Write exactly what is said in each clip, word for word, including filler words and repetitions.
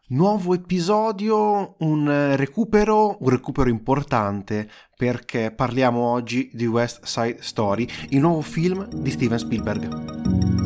Nuovo episodio, un recupero, un recupero importante perché parliamo oggi di West Side Story, il nuovo film di Steven Spielberg.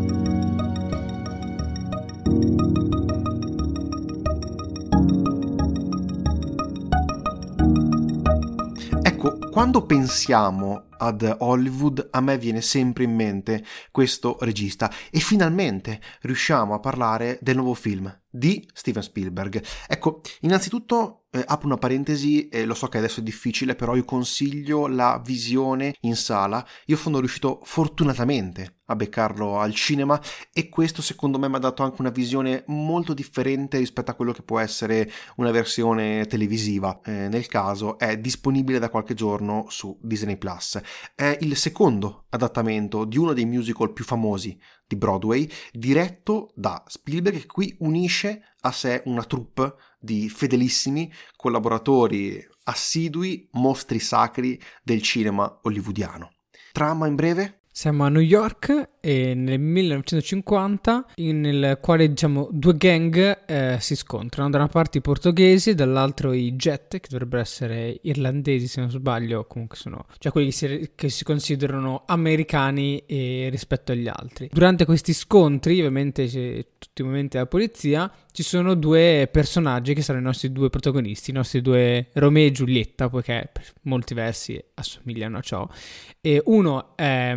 Ecco, quando pensiamo ad Hollywood a me viene sempre in mente questo regista e finalmente riusciamo a parlare del nuovo film di Steven Spielberg. Ecco, innanzitutto eh, apro una parentesi, e lo so che adesso è difficile, però io consiglio la visione in sala. Io sono riuscito fortunatamente a beccarlo al cinema e questo secondo me mi ha dato anche una visione molto differente rispetto a quello che può essere una versione televisiva. Eh, nel caso è disponibile da qualche giorno su Disney Plus. È il secondo adattamento di uno dei musical più famosi di Broadway, diretto da Spielberg, che qui unisce a sé una troupe di fedelissimi collaboratori assidui, mostri sacri del cinema hollywoodiano. Trama in breve? Siamo a New York e nel millenovecentocinquanta, nel quale diciamo due gang eh, si scontrano, da una parte i portoghesi, dall'altro i Jet, che dovrebbero essere irlandesi se non sbaglio, comunque sono cioè quelli che si, che si considerano americani eh, rispetto agli altri. Durante questi scontri, ovviamente c'è tutti i momenti della polizia, ci sono due personaggi che saranno i nostri due protagonisti, i nostri due Romeo e Giulietta, poiché per molti versi assomigliano a ciò. E uno è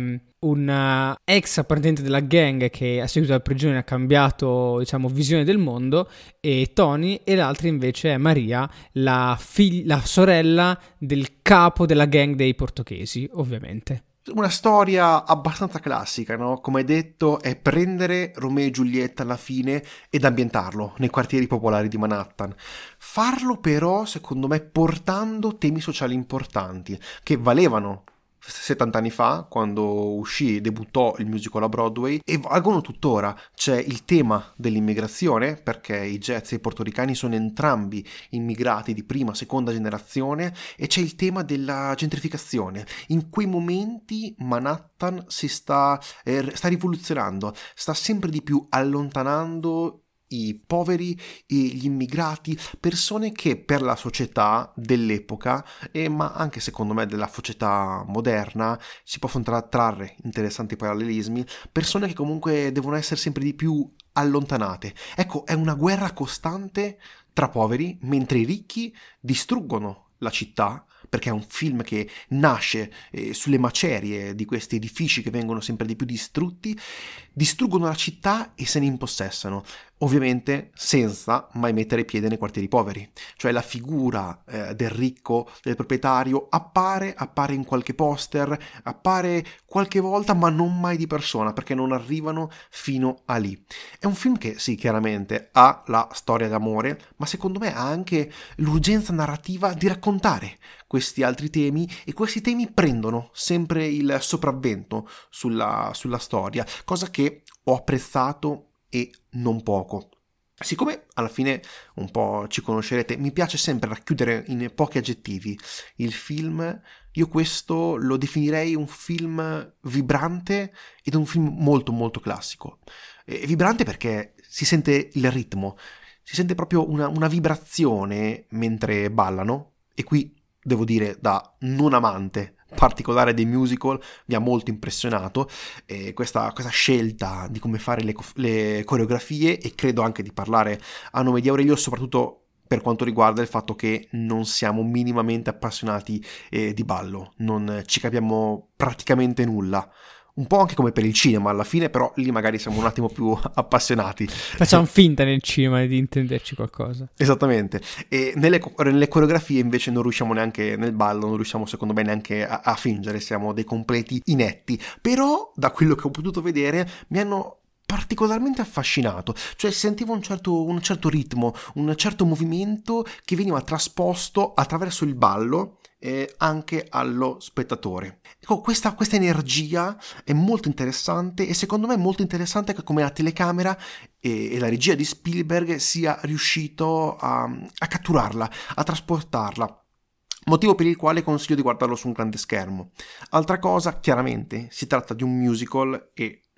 un ex appartenente della gang che a seguito della prigione ha cambiato, diciamo, visione del mondo, e Tony, e l'altra invece è Maria, la, fig- la sorella del capo della gang dei portoghesi, ovviamente. Una storia abbastanza classica, no? Come hai detto, è prendere Romeo e Giulietta alla fine ed ambientarlo nei quartieri popolari di Manhattan. Farlo però, secondo me, portando temi sociali importanti che valevano settanta anni fa, quando uscì e debuttò il musical a Broadway, e valgono tuttora. C'è il tema dell'immigrazione, perché i jazz e i portoricani sono entrambi immigrati di prima, seconda generazione, e c'è il tema della gentrificazione. In quei momenti Manhattan si sta, eh, sta rivoluzionando, sta sempre di più allontanando i poveri e gli immigrati, persone che per la società dell'epoca, e ma anche secondo me della società moderna, si possono tra- trarre interessanti parallelismi, persone che comunque devono essere sempre di più allontanate. Ecco, è una guerra costante tra poveri, mentre i ricchi distruggono la città, perché è un film che nasce eh, sulle macerie di questi edifici che vengono sempre di più distrutti, distruggono la città e se ne impossessano, ovviamente senza mai mettere piede nei quartieri poveri. Cioè la figura eh, del ricco, del proprietario, appare, appare in qualche poster, appare qualche volta, ma non mai di persona, perché non arrivano fino a lì. È un film che sì, chiaramente ha la storia d'amore, ma secondo me ha anche l'urgenza narrativa di raccontare questi altri temi, e questi temi prendono sempre il sopravvento sulla, sulla storia, cosa che ho apprezzato e non poco. Siccome alla fine un po' ci conoscerete, mi piace sempre racchiudere in pochi aggettivi il film, io questo lo definirei un film vibrante ed un film molto molto classico. E vibrante perché si sente il ritmo, si sente proprio una, una vibrazione mentre ballano, e qui devo dire, da non amante particolare dei musical, mi ha molto impressionato eh, questa, questa scelta di come fare le, le coreografie, e credo anche di parlare a nome di Aurelio, soprattutto per quanto riguarda il fatto che non siamo minimamente appassionati eh, di ballo, non ci capiamo praticamente nulla. Un po' anche come per il cinema alla fine, però lì magari siamo un attimo più appassionati. Facciamo finta nel cinema di intenderci qualcosa. Esattamente. E nelle, nelle coreografie invece non riusciamo neanche, nel ballo non riusciamo secondo me neanche a, a fingere, siamo dei completi inetti. Però da quello che ho potuto vedere mi hanno particolarmente affascinato, cioè sentivo un certo, un certo ritmo, un certo movimento che veniva trasposto attraverso il ballo eh, anche allo spettatore. Ecco, questa, questa energia è molto interessante, e secondo me è molto interessante che come la telecamera e, e la regia di Spielberg sia riuscito a, a catturarla, a trasportarla. Motivo per il quale consiglio di guardarlo su un grande schermo. Altra cosa, chiaramente, si tratta di un musical e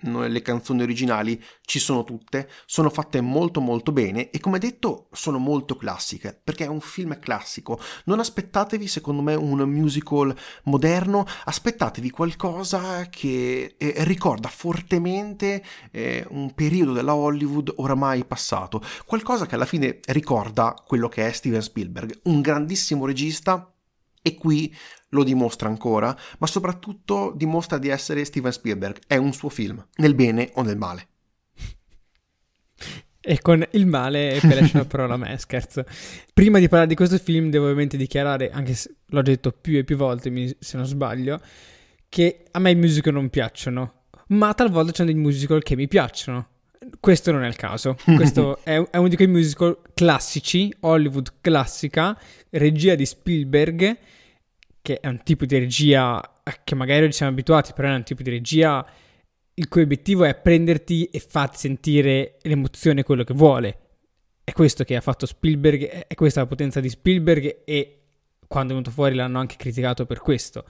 le canzoni originali ci sono tutte, sono fatte molto molto bene e come detto sono molto classiche, perché è un film classico. Non aspettatevi secondo me un musical moderno, aspettatevi qualcosa che eh, ricorda fortemente eh, un periodo della Hollywood oramai passato, qualcosa che alla fine ricorda quello che è Steven Spielberg, un grandissimo regista. E qui lo dimostra ancora, ma soprattutto dimostra di essere Steven Spielberg. È un suo film, nel bene o nel male. E con il male per lasciare la parola a me, scherzo. Prima di parlare di questo film devo ovviamente dichiarare, anche se l'ho detto più e più volte, se non sbaglio, che a me i musical non piacciono, ma talvolta c'è dei musical che mi piacciono. Questo non è il caso. Questo è, è uno di quei musical classici, Hollywood classica, regia di Spielberg, che è un tipo di regia che magari ci siamo abituati, però è un tipo di regia il cui obiettivo è prenderti e farti sentire l'emozione, quello che vuole. È questo che ha fatto Spielberg, è questa la potenza di Spielberg, e quando è venuto fuori l'hanno anche criticato per questo,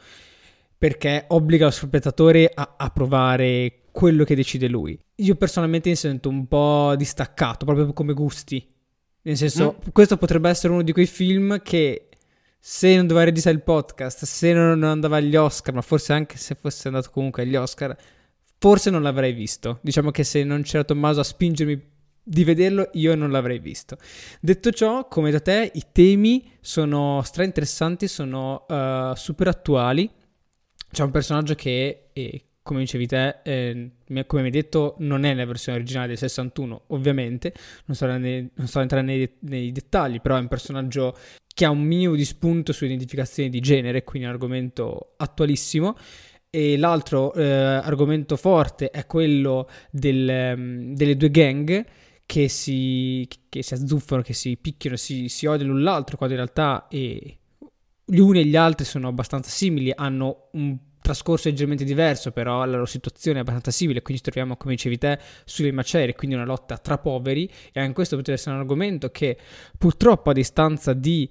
perché obbliga lo spettatore a, a provare quello che decide lui. Io personalmente mi sento un po' distaccato, proprio come gusti. Nel senso, mm. questo potrebbe essere uno di quei film che, se non doveva registrare il podcast, se non andava agli Oscar, ma forse anche se fosse andato comunque agli Oscar, forse non l'avrei visto. Diciamo che se non c'era Tommaso a spingermi di vederlo, io non l'avrei visto. Detto ciò, come da te, i temi sono stra interessanti, sono uh, super attuali. C'è un personaggio che, eh, come dicevi te, eh, come mi hai detto, non è nella versione originale del sessantuno, ovviamente. Non sto, nei, non sto a entrare nei, nei dettagli, però è un personaggio che ha un minimo di spunto su identificazione di genere, quindi è un argomento attualissimo. E l'altro eh, argomento forte è quello del, um, delle due gang che si, che si azzuffano, che si picchiano, si, si odiano l'un l'altro, quando in realtà eh, gli uni e gli altri sono abbastanza simili, hanno un trascorso leggermente diverso, però la loro situazione è abbastanza simile, quindi ci troviamo, come dicevi te, sulle macerie, quindi una lotta tra poveri, e anche questo potrebbe essere un argomento che purtroppo a distanza di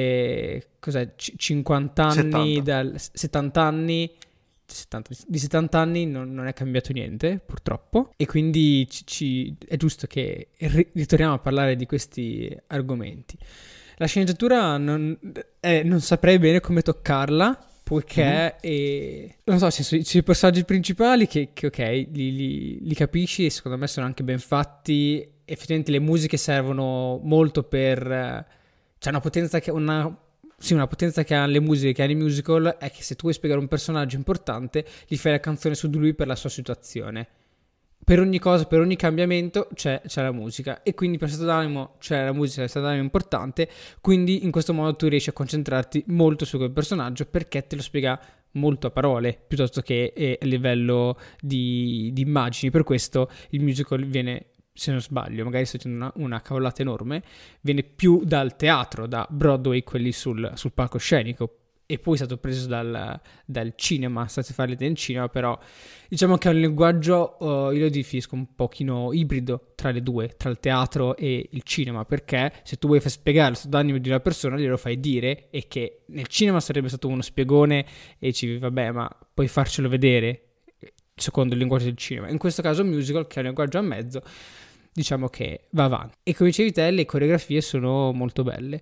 eh, cos'è, c- cinquanta anni, settanta. dal, settanta anni, settanta, di settanta anni non, non è cambiato niente, purtroppo, e quindi ci, ci, è giusto che ri- ritorniamo a parlare di questi argomenti. La sceneggiatura non, eh, non saprei bene come toccarla, poiché mm-hmm. eh, non so, ci sono i personaggi principali che, che ok, li, li, li capisci e secondo me sono anche ben fatti. Effettivamente le musiche servono molto per eh, c'è una potenza che una sì, una potenza che hanno le musiche, che hanno i musical, è che se tu vuoi spiegare un personaggio importante, gli fai la canzone su di lui per la sua situazione. Per ogni cosa, per ogni cambiamento c'è, c'è la musica, e quindi per stato d'animo c'è la musica, il stato d'animo importante, quindi in questo modo tu riesci a concentrarti molto su quel personaggio, perché te lo spiega molto a parole piuttosto che eh, a livello di, di immagini. Per questo il musical viene, se non sbaglio, magari sto dicendo una, una cavolata enorme, viene più dal teatro, da Broadway, quelli sul, sul palcoscenico, e poi è stato preso dal, dal cinema, state fare nel cinema, però diciamo che è un linguaggio, uh, io lo definisco un pochino ibrido tra le due, tra il teatro e il cinema, perché se tu vuoi far spiegare lo stato d'animo di una persona, glielo fai dire, e che nel cinema sarebbe stato uno spiegone e dici vabbè, ma puoi farcelo vedere secondo il linguaggio del cinema. In questo caso un musical, che è un linguaggio a mezzo, diciamo che va avanti. E come dicevi te, le coreografie sono molto belle.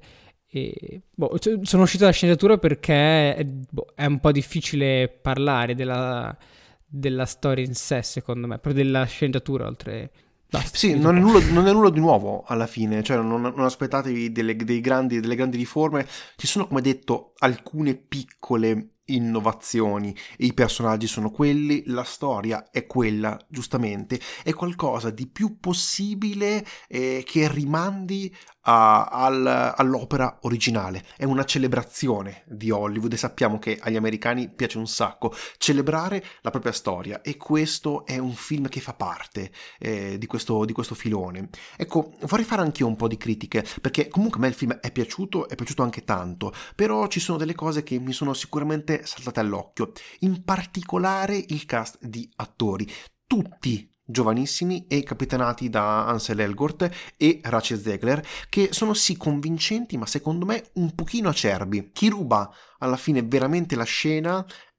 E, boh, sono uscito dalla sceneggiatura perché è, boh, è un po' difficile parlare della, della storia in sé, secondo me, però della sceneggiatura oltre. Basta, sì, non è, nulla, non è nulla di nuovo alla fine, cioè non, non aspettatevi delle, dei grandi, delle grandi riforme. Ci sono, come detto, alcune piccole innovazioni e i personaggi sono quelli, la storia è quella, giustamente, è qualcosa di più possibile eh, che rimandi a, al, all'opera originale. È una celebrazione di Hollywood e sappiamo che agli americani piace un sacco celebrare la propria storia, e questo è un film che fa parte eh, di, questo, di questo filone. Ecco, vorrei fare anche io un po' di critiche, perché comunque a me il film è piaciuto, è piaciuto anche tanto, però ci sono delle cose che mi sono sicuramente saltate all'occhio, in particolare il cast di attori, tutti giovanissimi e capitanati da Ansel Elgort e Rachel Zegler, che sono sì convincenti, ma secondo me un pochino acerbi. Chi ruba alla fine veramente la scena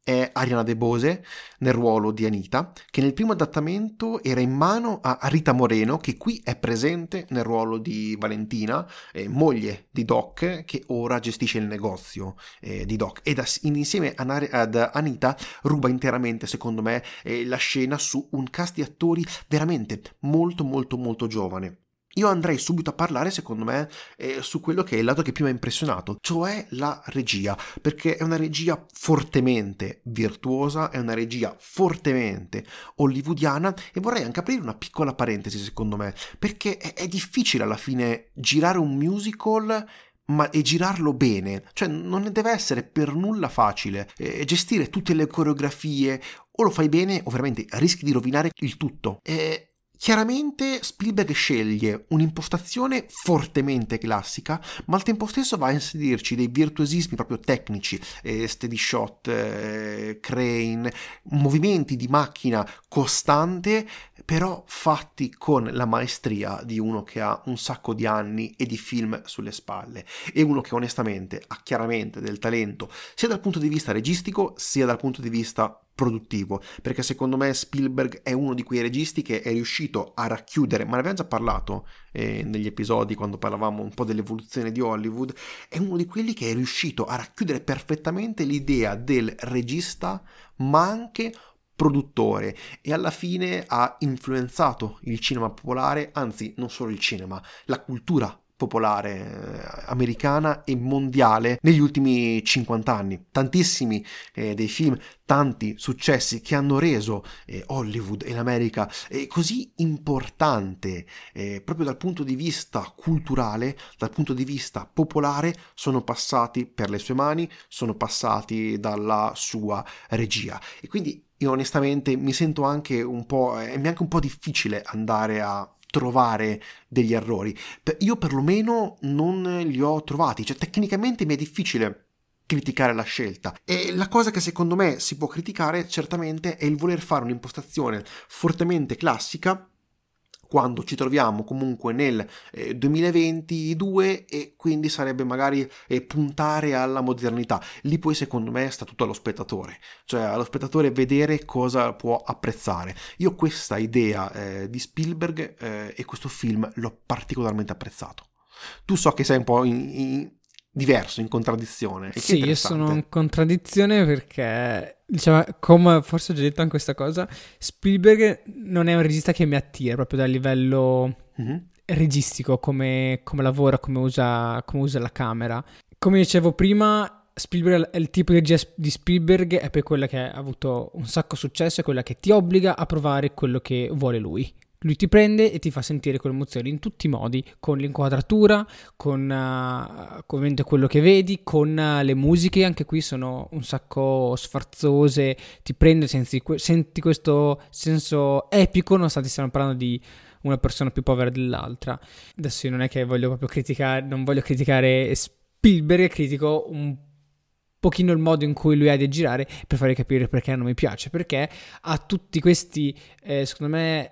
è Ariana DeBose nel ruolo di Anita, che nel primo adattamento era in mano a Rita Moreno, che qui è presente nel ruolo di Valentina, eh, moglie di Doc, che ora gestisce il negozio eh, di Doc, ed as- insieme ad Anita ruba interamente, secondo me, eh, la scena su un cast di attori veramente molto molto molto giovane. Io andrei subito a parlare, secondo me, eh, su quello che è il lato che più mi ha impressionato, cioè la regia, perché è una regia fortemente virtuosa, è una regia fortemente hollywoodiana, e vorrei anche aprire una piccola parentesi, secondo me, perché è, è difficile alla fine girare un musical ma e girarlo bene, cioè non ne deve essere per nulla facile, eh, gestire tutte le coreografie, o lo fai bene o veramente rischi di rovinare il tutto. E chiaramente Spielberg sceglie un'impostazione fortemente classica, ma al tempo stesso va a inserirci dei virtuosismi proprio tecnici, eh, steady shot, eh, crane, movimenti di macchina costante, però fatti con la maestria di uno che ha un sacco di anni e di film sulle spalle, e uno che onestamente ha chiaramente del talento sia dal punto di vista registico sia dal punto di vista produttivo, perché secondo me Spielberg è uno di quei registi che è riuscito a racchiudere, ma ne abbiamo già parlato eh, negli episodi quando parlavamo un po' dell'evoluzione di Hollywood, è uno di quelli che è riuscito a racchiudere perfettamente l'idea del regista ma anche produttore, e alla fine ha influenzato il cinema popolare, anzi non solo il cinema, la cultura popolare americana e mondiale negli ultimi cinquanta anni. Tantissimi eh, dei film, tanti successi che hanno reso eh, Hollywood e l'America eh, così importante eh, proprio dal punto di vista culturale, dal punto di vista popolare, sono passati per le sue mani, sono passati dalla sua regia. E quindi io onestamente mi sento anche un po', è eh, anche un po' difficile andare a trovare degli errori. Io perlomeno non li ho trovati, cioè tecnicamente mi è difficile criticare la scelta, e la cosa che secondo me si può criticare certamente è il voler fare un'impostazione fortemente classica quando ci troviamo comunque nel eh, duemilaventidue, e quindi sarebbe magari eh, puntare alla modernità. Lì poi secondo me sta tutto allo spettatore, cioè allo spettatore vedere cosa può apprezzare. Io questa idea eh, di Spielberg eh, e questo film l'ho particolarmente apprezzato. Tu so che sei un po' in, in diverso, in contraddizione. E sì, io sono in contraddizione perché, diciamo, come forse ho già detto anche questa cosa, Spielberg non è un regista che mi attira proprio dal livello mm-hmm. registico, come, come lavora, come usa, come usa la camera. Come dicevo prima, Spielberg è il tipo di regia di Spielberg, è per quella che ha avuto un sacco successo, è quella che ti obbliga a provare quello che vuole lui. Lui ti prende e ti fa sentire quell'emozione in tutti i modi, con l'inquadratura, con uh, ovviamente quello che vedi, con uh, le musiche, anche qui sono un sacco sfarzose, ti prende, senti, senti questo senso epico, nonostante stiamo parlando di una persona più povera dell'altra. Adesso io non è che voglio proprio criticare, non voglio criticare Spielberg, critico un pochino il modo in cui lui ha di girare per fare capire perché non mi piace, perché ha tutti questi, eh, secondo me,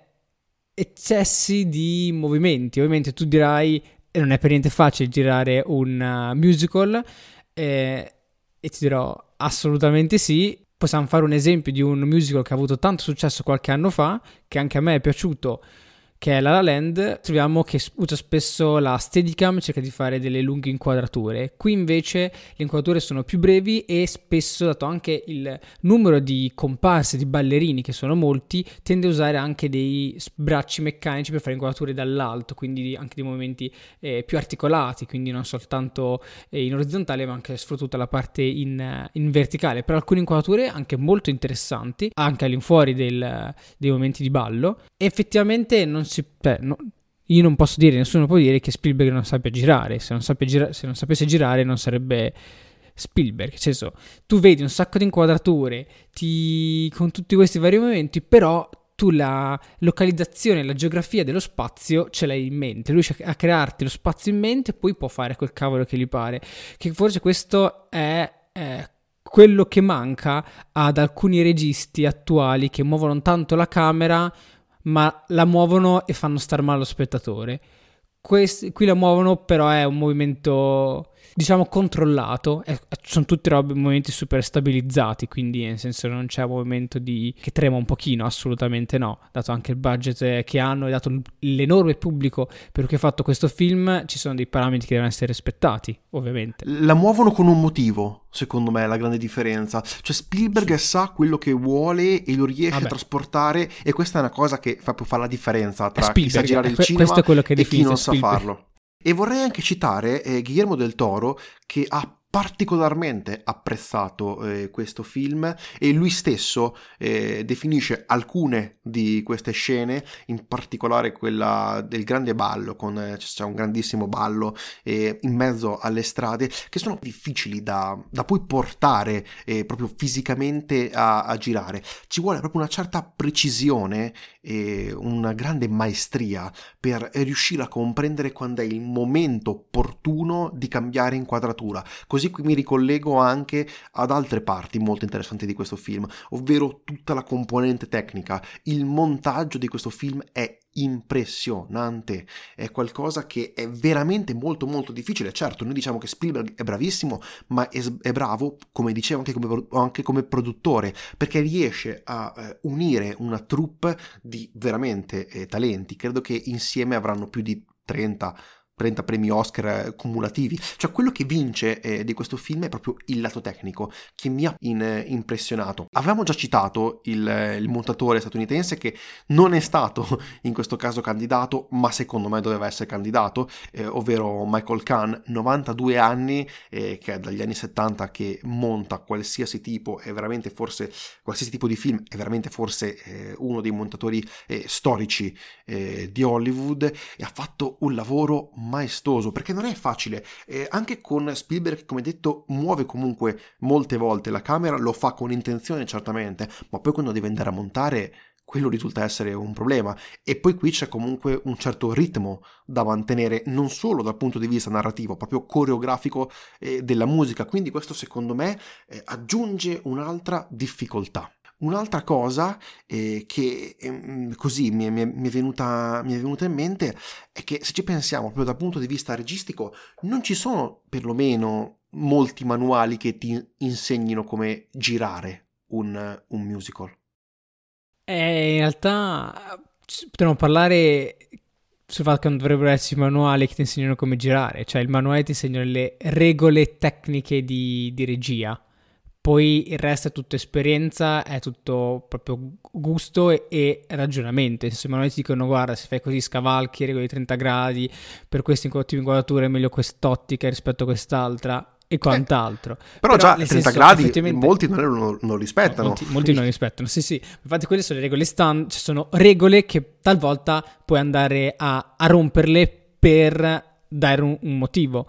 eccessi di movimenti. Ovviamente tu dirai, e non è per niente facile girare un uh, musical, eh, e ti dirò assolutamente sì. Possiamo fare un esempio di un musical che ha avuto tanto successo qualche anno fa, che anche a me è piaciuto, che è La La Land. Troviamo che usa spesso la Steadicam, cerca di fare delle lunghe inquadrature. Qui invece le inquadrature sono più brevi e spesso, dato anche il numero di comparse, di ballerini che sono molti, tende a usare anche dei bracci meccanici per fare inquadrature dall'alto, quindi anche dei movimenti eh, più articolati, quindi non soltanto eh, in orizzontale ma anche sfruttata la parte in, in verticale. Per alcune inquadrature anche molto interessanti, anche all'infuori del, dei momenti di ballo. E effettivamente non si, beh, no, io non posso dire, nessuno può dire che Spielberg non sappia girare. Se non, sappia gira, se non sapesse girare non sarebbe Spielberg. Nel senso, tu vedi un sacco di inquadrature ti, con tutti questi vari momenti, però tu la localizzazione, la geografia dello spazio ce l'hai in mente. Lui riesce a crearti lo spazio in mente e poi può fare quel cavolo che gli pare. Che forse questo è eh, quello che manca ad alcuni registi attuali che muovono tanto la camera ma la muovono e fanno star male lo spettatore. Questi, qui la muovono, però è un movimento diciamo controllato, e sono tutti robe, momenti super stabilizzati, quindi nel senso non c'è un momento di che trema un pochino, assolutamente no, dato anche il budget che hanno e dato l'enorme pubblico per cui ha fatto questo film, ci sono dei parametri che devono essere rispettati, ovviamente. La muovono con un motivo, secondo me è la grande differenza, cioè Spielberg sì. sa quello che vuole e lo riesce Vabbè. a trasportare, e questa è una cosa che fa, fa la differenza tra chi sa girare il cinema questo è quello che e chi non Spielberg. sa farlo. E vorrei anche citare eh, Guillermo del Toro, che ha particolarmente apprezzato eh, questo film, e lui stesso eh, definisce alcune di queste scene, in particolare quella del grande ballo, con eh, c'è un grandissimo ballo eh, in mezzo alle strade, che sono difficili da, da poi portare eh, proprio fisicamente a, a girare. Ci vuole proprio una certa precisione e una grande maestria per riuscire a comprendere quando è il momento opportuno di cambiare inquadratura. Così qui mi ricollego anche ad altre parti molto interessanti di questo film, ovvero tutta la componente tecnica. Il montaggio di questo film è impressionante, è qualcosa che è veramente molto molto difficile. Certo, noi diciamo che Spielberg è bravissimo, ma è, è bravo, come dicevo, anche come, anche come produttore, perché riesce a eh, unire una troupe di veramente eh, talenti. Credo che insieme avranno più di trenta trenta premi Oscar cumulativi. Cioè quello che vince eh, di questo film è proprio il lato tecnico, che mi ha in, eh, impressionato. Avevamo già citato il, eh, il montatore statunitense, che non è stato in questo caso candidato, ma secondo me doveva essere candidato, eh, ovvero Michael Kahn, novantadue anni, eh, che è dagli anni settanta che monta qualsiasi tipo, è veramente forse, qualsiasi tipo di film, è veramente forse eh, uno dei montatori eh, storici eh, di Hollywood, e ha fatto un lavoro maestoso, perché non è facile. Eh, anche con Spielberg, come detto, muove comunque molte volte la camera, lo fa con intenzione certamente, ma poi quando deve andare a montare, quello risulta essere un problema. E poi qui c'è comunque un certo ritmo da mantenere, non solo dal punto di vista narrativo, proprio coreografico eh, della musica. Quindi questo secondo me eh, aggiunge un'altra difficoltà. Un'altra cosa eh, che eh, così mi è, mi, è, mi, è venuta, mi è venuta in mente è che, se ci pensiamo proprio dal punto di vista registico, non ci sono perlomeno molti manuali che ti insegnino come girare un, un musical. Eh, in realtà potremmo parlare sul fatto che non dovrebbero esserci manuali che ti insegnano come girare, cioè il manuale ti insegna le regole tecniche di, di regia. Poi il resto è tutto esperienza, è tutto proprio gusto e, e ragionamento. Se i manuali ti dicono guarda, se fai così scavalchi, regoli trenta gradi, per questa inquadratura è meglio quest'ottica rispetto a quest'altra e quant'altro. Eh, però, però già trenta senso, gradi effettivamente, molti non, non, non rispettano. No, molti, molti non rispettano, sì sì. Infatti quelle sono le regole stand, ci sono regole che talvolta puoi andare a, a romperle per dare un, un motivo.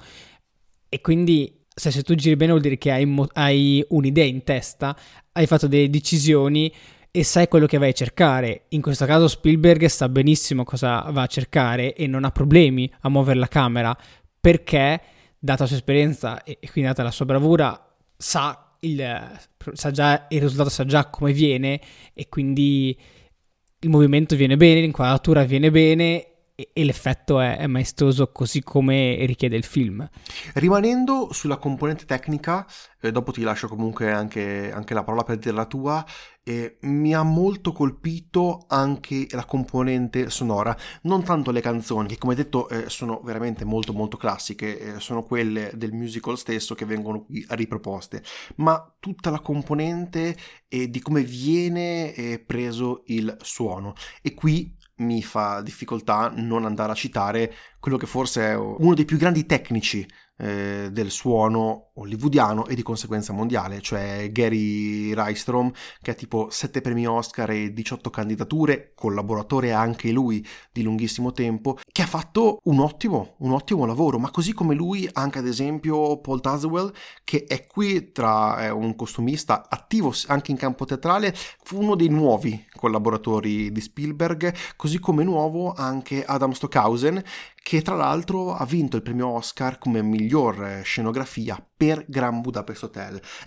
E quindi... Se, se tu giri bene vuol dire che hai, mo- hai un'idea in testa, hai fatto delle decisioni e sai quello che vai a cercare. In questo caso Spielberg sa benissimo cosa va a cercare e non ha problemi a muovere la camera, perché, data la sua esperienza e, e quindi data la sua bravura, sa, il, sa già il risultato, sa già come viene, e quindi il movimento viene bene, l'inquadratura viene bene, e l'effetto è, è maestoso, così come richiede il film. Rimanendo sulla componente tecnica, eh, dopo ti lascio comunque anche, anche la parola per dire la tua, eh, mi ha molto colpito anche la componente sonora, non tanto le canzoni, che come detto eh, sono veramente molto molto classiche, eh, sono quelle del musical stesso che vengono qui riproposte, ma tutta la componente eh, di come viene eh, preso il suono. E qui mi fa difficoltà non andare a citare quello che forse è uno dei più grandi tecnici eh, del suono hollywoodiano e di conseguenza mondiale, cioè Gary Rydstrom, che ha tipo sette premi Oscar e diciotto candidature, collaboratore anche lui di lunghissimo tempo, che ha fatto un ottimo, un ottimo lavoro. Ma così come lui anche ad esempio Paul Tazewell, che è qui tra è un costumista attivo anche in campo teatrale, fu uno dei nuovi collaboratori di Spielberg, così come nuovo anche Adam Stockhausen, che tra l'altro ha vinto il premio Oscar come miglior scenografia per Grand Budapest Hotel. Ecco,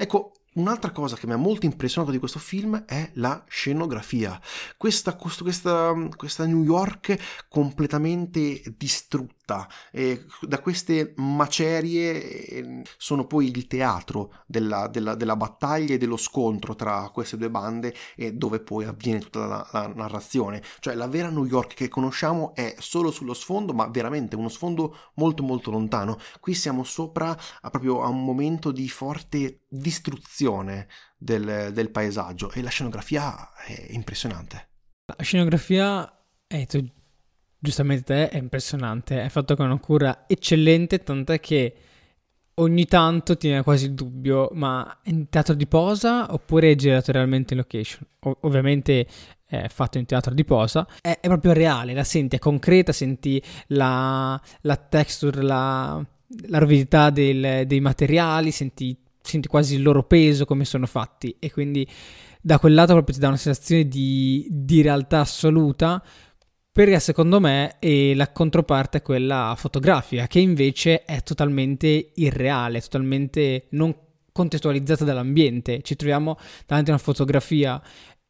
Un'altra cosa che mi ha molto impressionato di questo film è la scenografia. Questa, questo- questa, questa New York completamente distrutta. E da queste macerie eh, sono poi il teatro della, della- della battaglia e dello scontro tra queste due bande, e dove poi avviene tutta la, la narrazione. Cioè la vera New York che conosciamo è solo sullo sfondo, ma veramente uno sfondo molto molto lontano. Qui siamo sopra a proprio a un momento di forte distruzione del, del paesaggio, e la scenografia è impressionante. La scenografia, eh, tu, giustamente te, è impressionante, è fatto con una cura eccellente, tant'è che ogni tanto ti viene quasi il dubbio, ma è in teatro di posa oppure è girato realmente in location? O- ovviamente è fatto in teatro di posa, è, è proprio reale, la senti, è concreta, senti la, la texture, la, la ruvidità del- dei materiali, senti, senti quasi il loro peso, come sono fatti, e quindi da quel lato proprio ti dà una sensazione di, di realtà assoluta, perché secondo me eh, la controparte è quella fotografica, che invece è totalmente irreale, totalmente non contestualizzata dall'ambiente. Ci troviamo davanti a una fotografia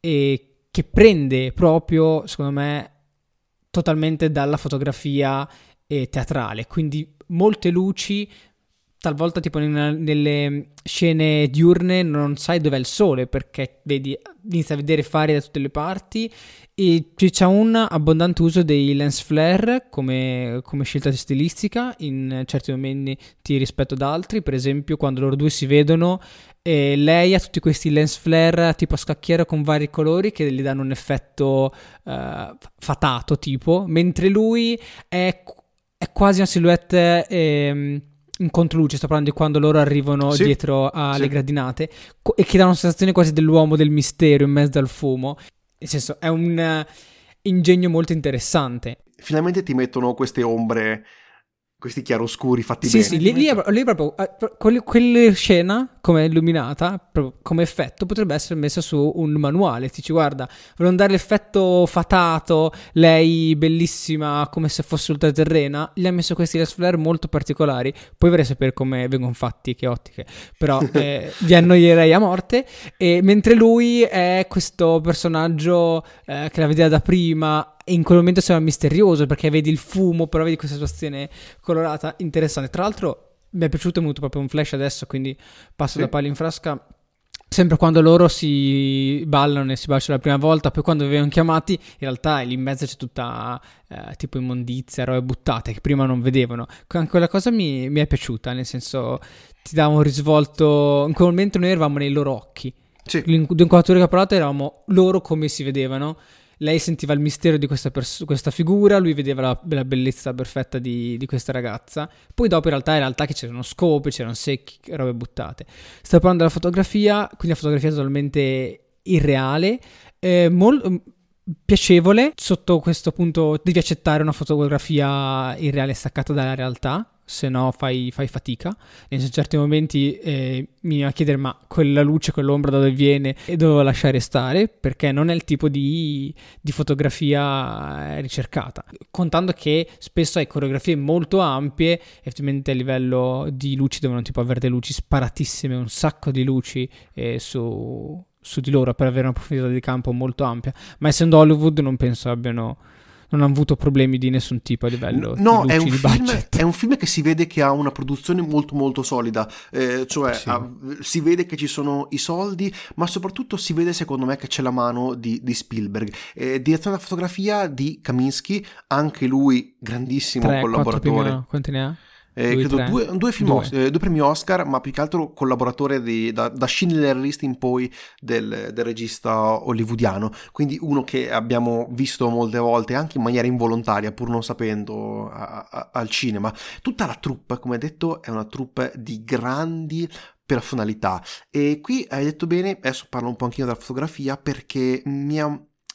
eh, che prende proprio, secondo me, totalmente dalla fotografia eh, teatrale, quindi molte luci. Talvolta tipo nella- nelle scene diurne non sai dov'è il sole, perché vedi, inizi a vedere fari da tutte le parti, e c'è un abbondante uso dei lens flare come, come scelta stilistica in certi momenti rispetto ad altri. Per esempio quando loro due si vedono, e lei ha tutti questi lens flare tipo a scacchiera con vari colori che gli danno un effetto eh, fatato tipo, mentre lui è, è quasi una silhouette ehm, in controluce. Sto parlando di quando loro arrivano Sì, dietro alle sì. gradinate, co- e che danno una sensazione quasi dell'uomo del mistero in mezzo al fumo. Nel senso, è un eh, ingegno molto interessante. Finalmente ti mettono queste ombre, questi chiaroscuri fatti Sì, sì, bene. lì, lì è, lì è proprio eh, pro- quelle, quelle scena come illuminata, proprio come effetto, potrebbe essere messa su un manuale. Ti dici, guarda, vogliono dare l'effetto fatato, lei bellissima come se fosse ultraterrena, gli ha messo questi lens flare molto particolari. Poi vorrei sapere come vengono fatti, che ottiche, però eh, vi annoierei a morte. E mentre lui è questo personaggio eh, che la vedeva da prima, e in quel momento sembra misterioso perché vedi il fumo, però vedi questa situazione colorata interessante. Tra l'altro mi è piaciuto, è venuto proprio un flash adesso, quindi passo Sì. da palla in frasca. Sempre quando loro si ballano e si baciano la prima volta, poi quando vengono chiamati, in realtà lì in mezzo c'è tutta eh, tipo immondizia, robe buttate che prima non vedevano. Que- Quella cosa mi, mi è piaciuta, nel senso ti dava un risvolto. In quel momento noi eravamo nei loro occhi. Sì. L'inquadratura che ha parlato eravamo loro come si vedevano. Lei sentiva il mistero di questa, pers- questa figura, lui vedeva la, la bellezza perfetta di, di questa ragazza. Poi dopo in realtà in realtà che c'erano scopi, c'erano secchi, robe buttate. Sto parlando della fotografia, quindi la fotografia totalmente irreale, eh, mol- piacevole. Sotto questo punto devi accettare una fotografia irreale staccata dalla realtà, se no fai, fai fatica. In certi momenti eh, mi viene a chiedere, ma quella luce, quell'ombra da dove viene, e dovevo lasciare stare, perché non è il tipo di, di fotografia ricercata. Contando che spesso hai coreografie molto ampie, effettivamente a livello di luci devono tipo avere delle luci sparatissime, un sacco di luci eh, su, su di loro per avere una profondità di campo molto ampia. Ma essendo Hollywood non penso abbiano... non hanno avuto problemi di nessun tipo a livello No, di è luci, un, di film, budget. è un film che si vede che ha una produzione molto molto solida, eh, cioè Sì. ha- si vede che ci sono i soldi, ma soprattutto si vede secondo me che c'è la mano di, di Spielberg. Eh, direzione della fotografia di Kaminski, anche lui grandissimo tre, quattro primi, collaboratore. quanti ne ha? Eh, Due, credo tre? due, due film Due. Os- eh, due premi Oscar, ma più che altro collaboratore di- da, da Schindler List in poi del, del regista hollywoodiano, quindi uno che abbiamo visto molte volte anche in maniera involontaria pur non sapendo a- a- al cinema. Tutta la troupe, come detto, è una troupe di grandi personalità, e qui hai detto bene, adesso parlo un po' anch'io della fotografia perché mi ha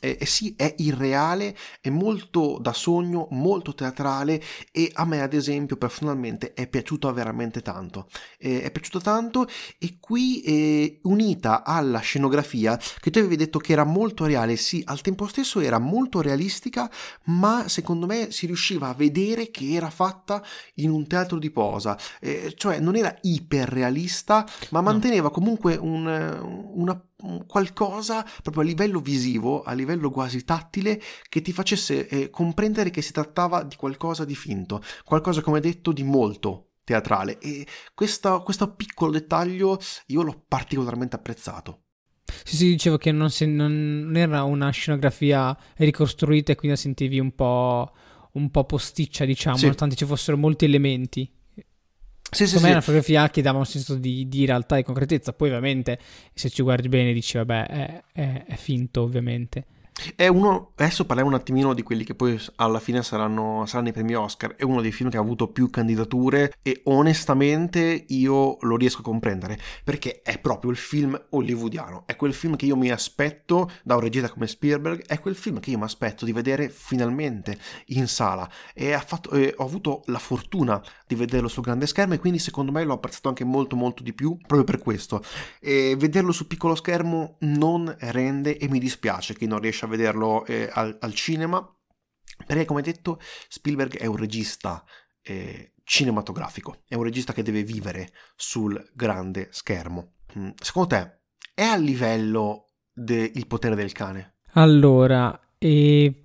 E, e sì, è irreale, è molto da sogno, molto teatrale, e a me ad esempio personalmente è piaciuto veramente tanto. Eh, è piaciuto tanto, e qui eh, unita alla scenografia, che tu avevi detto che era molto reale, sì, al tempo stesso era molto realistica, ma secondo me si riusciva a vedere che era fatta in un teatro di posa, eh, cioè non era iperrealista, ma manteneva comunque un, una qualcosa proprio a livello visivo, a livello quasi tattile, che ti facesse eh, comprendere che si trattava di qualcosa di finto, qualcosa, come detto, di molto teatrale, e questa, questo piccolo dettaglio io l'ho particolarmente apprezzato. Sì, sì, dicevo che non, si, non era una scenografia ricostruita e quindi la sentivi un po', un po' posticcia, diciamo, Sì, nonostante ci fossero molti elementi. sì, sì, Secondo me è sì. una fotografia che dava un senso di, di realtà e concretezza. Poi ovviamente se ci guardi bene dici vabbè è, è, è finto ovviamente. È uno, adesso parliamo un attimino di quelli che poi alla fine saranno, saranno i premi Oscar. È uno dei film che ha avuto più candidature, e onestamente io lo riesco a comprendere, perché è proprio il film hollywoodiano, è quel film che io mi aspetto da un regista come Spielberg, è quel film che io mi aspetto di vedere finalmente in sala, e ha fatto, eh, ho avuto la fortuna di vederlo sul grande schermo, e quindi secondo me l'ho apprezzato anche molto molto di più proprio per questo. E vederlo sul piccolo schermo non rende, e mi dispiace che non riesce a vederlo eh, al, al cinema, perché come detto Spielberg è un regista eh, cinematografico, è un regista che deve vivere sul grande schermo. Mm, secondo te è a livello de Il potere del cane? Allora, e...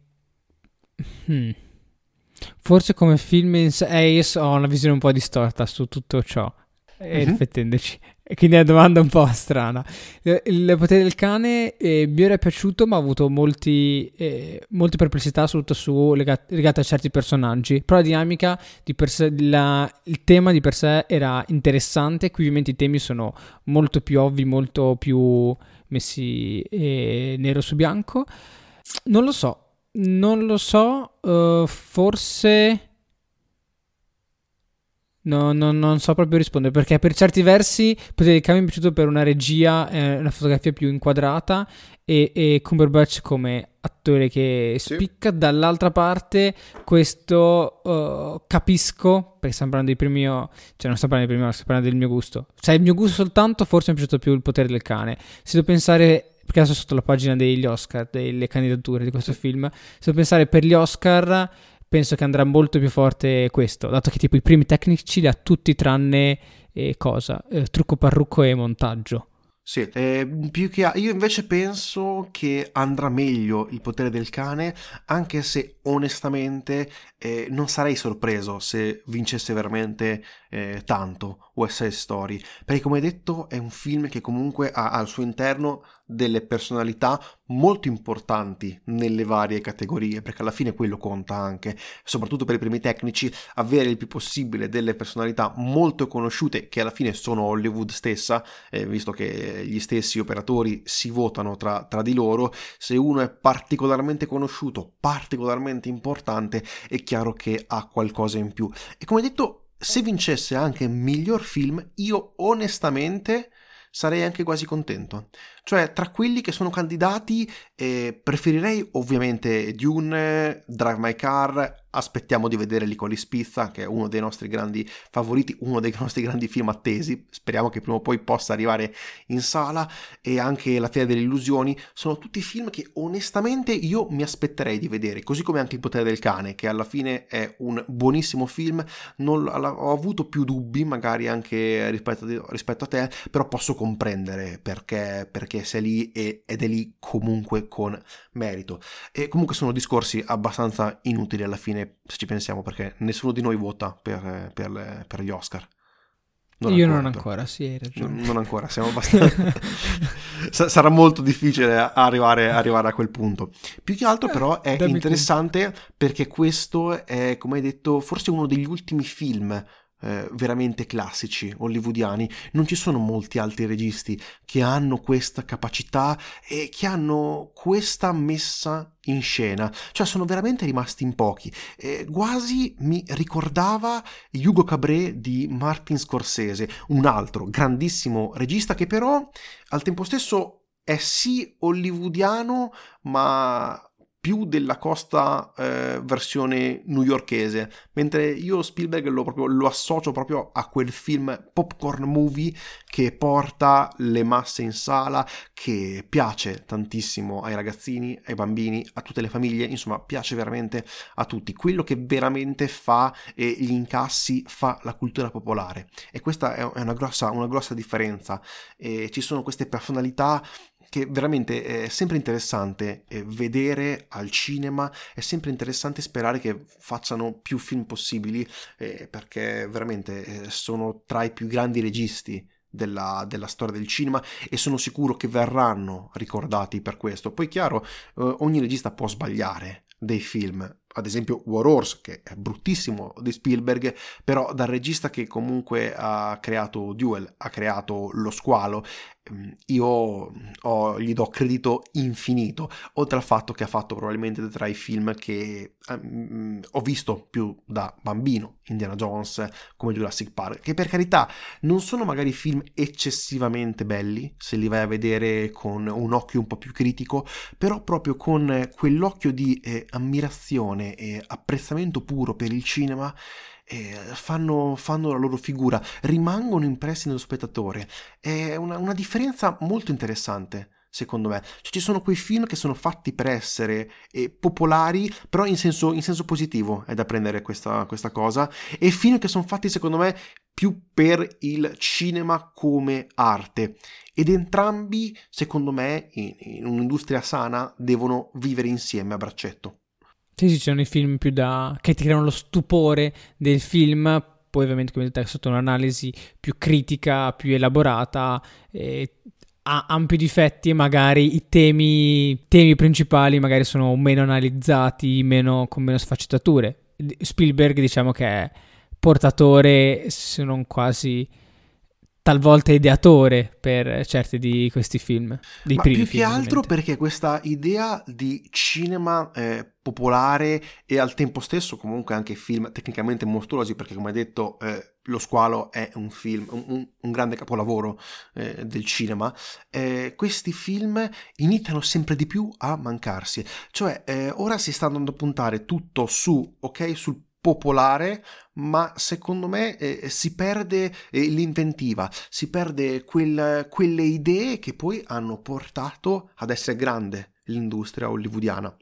Hmm. Forse come film in sé, eh, io so- ho una visione un po' distorta su tutto ciò, e Mm-hmm. riflettendoci, e quindi è una domanda un po' strana. Eh, Il potere del cane eh, mi era piaciuto, ma ho avuto molti, eh, molte perplessità, soprattutto su, legate, legate a certi personaggi, però la dinamica di per sé, la- il tema di per sé era interessante. Qui ovviamente i temi sono molto più ovvi, molto più messi eh, nero su bianco. Non lo so. Non lo so, uh, forse... No, no, non so proprio rispondere, perché per certi versi Potere del Cane mi è piaciuto per una regia, eh, una fotografia più inquadrata, e, e Cumberbatch come attore che Sì. spicca. Dall'altra parte questo uh, capisco, perché stiamo parlando di primi, cioè non sto parlando di primi, sto parlando del mio gusto. Se è il mio gusto soltanto, forse mi è piaciuto più Il Potere del Cane. Se devo pensare, perché adesso sotto la pagina degli Oscar, delle candidature di questo film, se devo pensare per gli Oscar, penso che andrà molto più forte questo, dato che tipo i primi tecnici li ha tutti tranne eh, cosa? Eh, trucco, parrucco e montaggio. Sì, eh, più che a- io invece penso che andrà meglio Il potere del cane, anche se onestamente eh, non sarei sorpreso se vincesse veramente eh, tanto West Side Story, perché come detto è un film che comunque ha al suo interno delle personalità molto importanti nelle varie categorie, perché alla fine quello conta anche, soprattutto per i primi tecnici, avere il più possibile delle personalità molto conosciute, che alla fine sono Hollywood stessa, eh, visto che gli stessi operatori si votano tra, tra di loro. Se uno è particolarmente conosciuto, particolarmente importante, è chiaro che ha qualcosa in più. E come detto, se vincesse anche miglior film, io onestamente sarei anche quasi contento. Cioè, tra quelli che sono candidati, eh, preferirei ovviamente Dune, Drive My Car. Aspettiamo di vedere Licorice Pizza, che è uno dei nostri grandi favoriti, uno dei nostri grandi film attesi. Speriamo che prima o poi possa arrivare in sala. E anche La Fiera delle Illusioni. Sono tutti film che onestamente io mi aspetterei di vedere, così come anche Il Potere del Cane, che alla fine è un buonissimo film. Non, ho avuto più dubbi magari anche rispetto a, rispetto a te, però posso comprendere perché, perché sei lì e, ed è lì comunque con merito. E comunque sono discorsi abbastanza inutili alla fine, se ci pensiamo, perché nessuno di noi vota per, per, per gli Oscar. Non Io ancora, non ancora, però. Sì, hai ragione. Non ancora, siamo abbastanza... Sarà molto difficile arrivare, arrivare a quel punto. Più che altro però è Dammi interessante tu. Perché questo è, come hai detto, forse uno degli ultimi film eh, veramente classici hollywoodiani. Non ci sono molti altri registi che hanno questa capacità e che hanno questa messa in scena, cioè sono veramente rimasti in pochi. Eh, quasi mi ricordava Hugo Cabret di Martin Scorsese, un altro grandissimo regista che però al tempo stesso è sì hollywoodiano, ma più della costa eh, versione newyorkese, mentre io Spielberg lo, proprio, lo associo proprio a quel film popcorn movie che porta le masse in sala, che piace tantissimo ai ragazzini, ai bambini, a tutte le famiglie, insomma piace veramente a tutti, quello che veramente fa e gli incassi fa la cultura popolare, e questa è una grossa, una grossa differenza. E ci sono queste personalità che veramente è sempre interessante eh, vedere al cinema, è sempre interessante sperare che facciano più film possibili, eh, perché veramente eh, sono tra i più grandi registi della, della storia del cinema, e sono sicuro che verranno ricordati per questo. Poi chiaro, eh, ogni regista può sbagliare dei film, ad esempio War Horse, che è bruttissimo di Spielberg, però dal regista che comunque ha creato Duel, ha creato Lo Squalo, io ho, gli do credito infinito, oltre al fatto che ha fatto probabilmente tra i film che um, ho visto più da bambino, Indiana Jones, come Jurassic Park, che per carità non sono magari film eccessivamente belli se li vai a vedere con un occhio un po' più critico, però proprio con quell'occhio di eh, ammirazione e apprezzamento puro per il cinema eh, fanno, fanno la loro figura, rimangono impressi nello spettatore. È una, una differenza molto interessante, secondo me. Cioè, ci sono quei film che sono fatti per essere eh, popolari, però in senso, in senso positivo è da prendere questa, questa cosa, e film che sono fatti, secondo me, più per il cinema come arte, ed entrambi, secondo me, in, in un'industria sana devono vivere insieme a braccetto. Sì, sì, ci sono i film più da che ti creano lo stupore del film, poi ovviamente come detto sotto un'analisi più critica, più elaborata, eh, ha ampi difetti e magari i temi, temi principali magari sono meno analizzati, meno, con meno sfaccettature. Spielberg diciamo che è portatore, se non quasi talvolta ideatore per certi di questi film, dei Ma primi più film, che altro ovviamente. perché questa idea di cinema eh, popolare e al tempo stesso comunque anche film tecnicamente mostruosi, perché come hai detto eh, Lo Squalo è un film, un, un, un grande capolavoro eh, del cinema, eh, questi film iniziano sempre di più a mancarsi, cioè eh, ora si sta andando a puntare tutto su, ok, sul popolare, ma secondo me eh, si perde eh, l'inventiva, si perde quel, quelle idee che poi hanno portato ad essere grande l'industria hollywoodiana.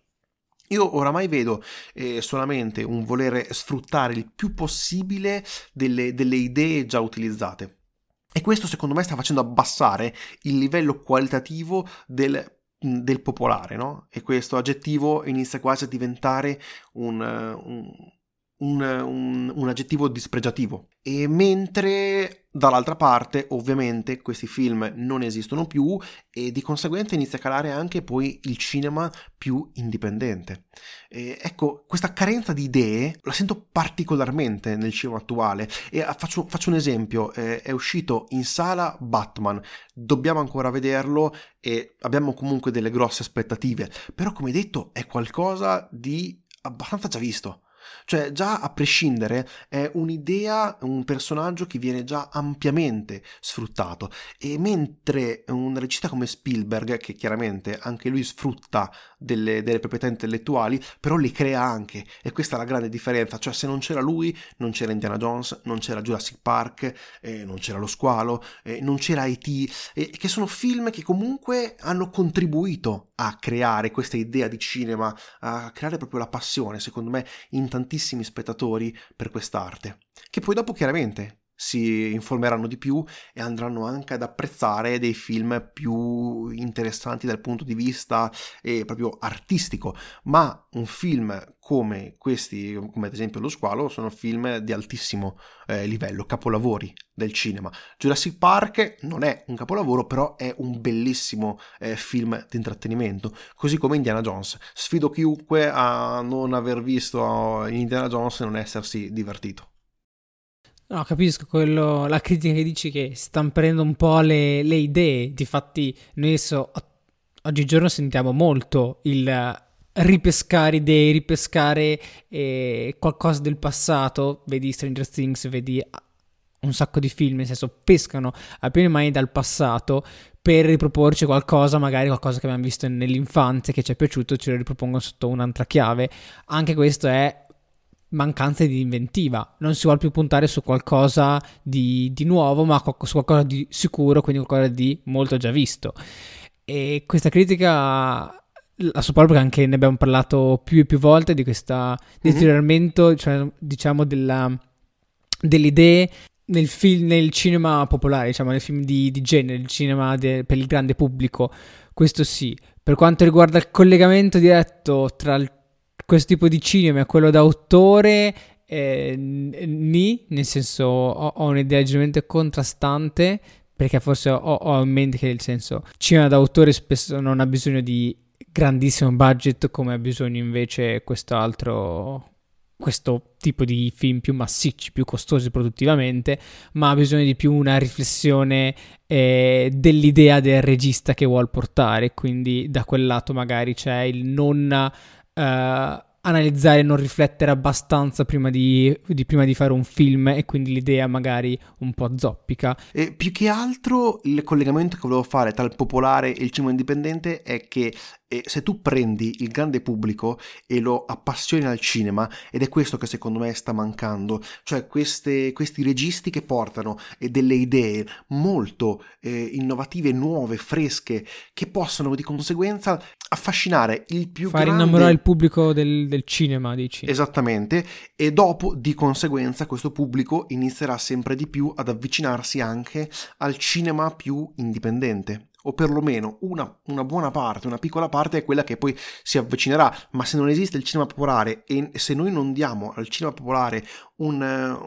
Io oramai vedo eh, solamente un volere sfruttare il più possibile delle, delle idee già utilizzate, e questo secondo me sta facendo abbassare il livello qualitativo del del popolare, no? E questo aggettivo inizia quasi a diventare un, un Un, un, un aggettivo dispregiativo, e mentre dall'altra parte ovviamente questi film non esistono più, e di conseguenza inizia a calare anche poi il cinema più indipendente. E ecco, questa carenza di idee la sento particolarmente nel cinema attuale, e faccio, faccio un esempio, eh, è uscito in sala Batman, dobbiamo ancora vederlo e abbiamo comunque delle grosse aspettative, però come detto è qualcosa di abbastanza già visto. Cioè già a prescindere è un'idea, un personaggio che viene già ampiamente sfruttato, e mentre un regista come Spielberg, che chiaramente anche lui sfrutta delle, delle proprietà intellettuali, però le crea anche, e questa è la grande differenza. Cioè se non c'era lui non c'era Indiana Jones, non c'era Jurassic Park, eh, non c'era Lo Squalo, eh, non c'era E T, eh, che sono film che comunque hanno contribuito a creare questa idea di cinema, a creare proprio la passione, secondo me, in tantissimi spettatori per quest'arte, che poi dopo chiaramente si informeranno di più e andranno anche ad apprezzare dei film più interessanti dal punto di vista eh, proprio artistico. Ma un film come questi, come ad esempio Lo Squalo, sono film di altissimo eh, livello, capolavori del cinema. Jurassic Park non è un capolavoro, però è un bellissimo eh, film di intrattenimento, così come Indiana Jones. Sfido chiunque a non aver visto Indiana Jones e non essersi divertito. No, capisco quello, la critica che dici, che stanno prendendo un po' le, le idee. Difatti noi adesso oggigiorno sentiamo molto il ripescare idee, ripescare eh, qualcosa del passato. Vedi Stranger Things, vedi un sacco di film, nel senso pescano a piene mani dal passato per riproporci qualcosa, magari qualcosa che abbiamo visto nell'infanzia che ci è piaciuto, ce lo ripropongono sotto un'altra chiave. Anche questo è mancanza di inventiva, non si vuole più puntare su qualcosa di, di nuovo, ma su qualcosa di sicuro, quindi qualcosa di molto già visto. E questa critica la so proprio, anche ne abbiamo parlato più e più volte di questo deterioramento, mm-hmm. cioè, diciamo della, delle idee nel film, nel cinema popolare, diciamo nel film di, di genere, il cinema de, per il grande pubblico. Questo sì. Per quanto riguarda il collegamento diretto tra il, questo tipo di cinema e quello d'autore, eh, ni, nel senso ho, ho un'idea leggermente contrastante, perché forse ho, ho in mente che il senso cinema d'autore spesso non ha bisogno di grandissimo budget come ha bisogno invece quest'altro, questo tipo di film più massicci, più costosi produttivamente, ma ha bisogno di più una riflessione eh, dell'idea del regista che vuol portare, quindi da quel lato magari c'è il non eh, analizzare, non riflettere abbastanza prima di, di prima di fare un film, e quindi l'idea magari un po' zoppica. E più che altro il collegamento che volevo fare tra il popolare e il cinema indipendente è che eh, se tu prendi il grande pubblico e lo appassioni al cinema, ed è questo che secondo me sta mancando, cioè queste, questi registi che portano eh, delle idee molto eh, innovative, nuove, fresche, che possono di conseguenza affascinare il più far grande... innamorare il pubblico del, del cinema, dici? Esattamente, e dopo di conseguenza questo pubblico inizierà sempre di più ad avvicinarsi anche al cinema più indipendente, o perlomeno una, una buona parte, una piccola parte è quella che poi si avvicinerà. Ma se non esiste il cinema popolare e se noi non diamo al cinema popolare un,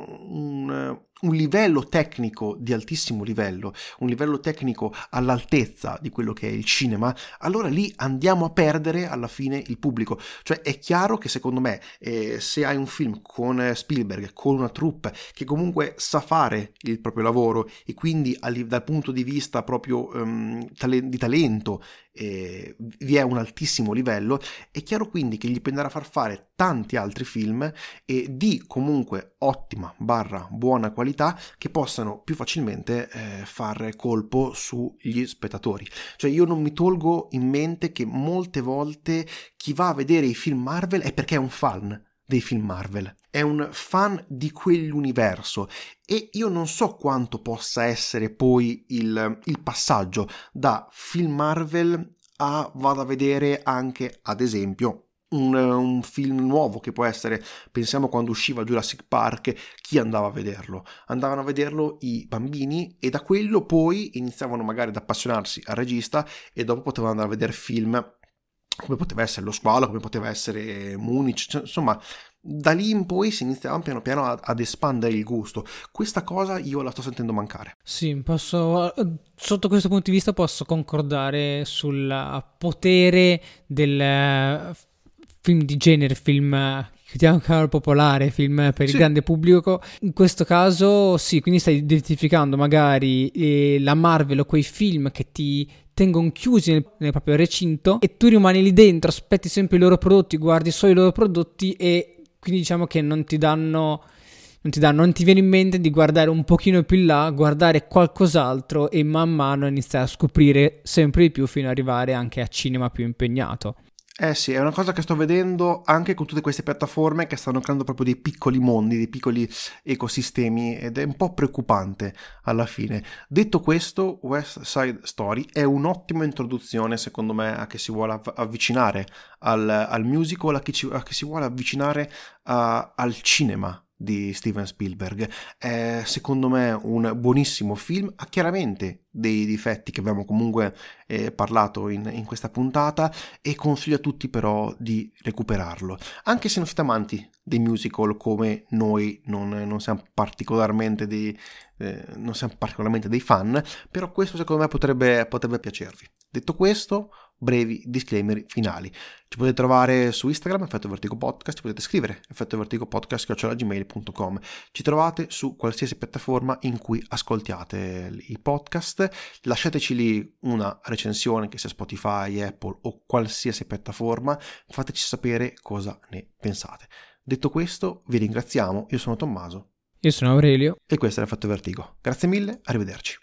un, un livello tecnico di altissimo livello, un livello tecnico all'altezza di quello che è il cinema, allora lì andiamo a perdere alla fine il pubblico. Cioè è chiaro che secondo me eh, se hai un film con Spielberg, con una troupe che comunque sa fare il proprio lavoro e quindi dal punto di vista proprio um, di talento eh, vi è un altissimo livello, è chiaro quindi che gli prenderà a far fare tanti altri film e di comunque ottima barra buona qualità che possano più facilmente eh, fare colpo sugli spettatori. Cioè io non mi tolgo in mente che molte volte chi va a vedere i film Marvel è perché è un fan dei film Marvel, è un fan di quell'universo, e io non so quanto possa essere poi il, il passaggio da film Marvel a vado a vedere anche ad esempio un, un film nuovo che può essere, pensiamo quando usciva Jurassic Park, chi andava a vederlo? Andavano a vederlo i bambini, e da quello poi iniziavano magari ad appassionarsi al regista e dopo potevano andare a vedere film come poteva essere Lo Squalo, come poteva essere Munich, cioè, insomma da lì in poi si iniziava piano piano ad, ad espandere il gusto. Questa cosa io la sto sentendo mancare. Sì, posso, sotto questo punto di vista posso concordare sul potere del film di genere, film chiamiamolo popolare, film per il sì. grande pubblico. In questo caso sì, quindi stai identificando magari eh, la Marvel o quei film che ti tengono chiusi nel, nel proprio recinto e tu rimani lì dentro, aspetti sempre i loro prodotti, guardi solo i loro prodotti, e quindi diciamo che non ti danno non ti danno, non ti viene in mente di guardare un pochino più in là, guardare qualcos'altro e man mano iniziare a scoprire sempre di più fino ad arrivare anche a cinema più impegnato. Eh sì, è una cosa che sto vedendo anche con tutte queste piattaforme che stanno creando proprio dei piccoli mondi, dei piccoli ecosistemi, ed è un po' preoccupante alla fine. Detto questo, West Side Story è un'ottima introduzione secondo me a chi si vuole av- avvicinare al, al musical, a chi, ci, a chi si vuole avvicinare a, al cinema di Steven Spielberg. È secondo me un buonissimo film, ha chiaramente dei difetti che abbiamo comunque eh, parlato in, in questa puntata, e consiglio a tutti però di recuperarlo, anche se non siete amanti dei musical come noi, non, non siamo particolarmente dei eh, non siamo particolarmente dei fan, però questo secondo me potrebbe, potrebbe piacervi. Detto questo, brevi disclaimer finali. Ci potete trovare su Instagram, Effetto Vertigo Podcast, ci potete scrivere effetto vertigo podcast chiocciola gmail punto com. Ci trovate su qualsiasi piattaforma in cui ascoltiate i podcast. Lasciateci lì una recensione, che sia Spotify, Apple o qualsiasi piattaforma, fateci sapere cosa ne pensate. Detto questo, vi ringraziamo, io sono Tommaso. Io sono Aurelio. E questo è l'Effetto Vertigo. Grazie mille, arrivederci.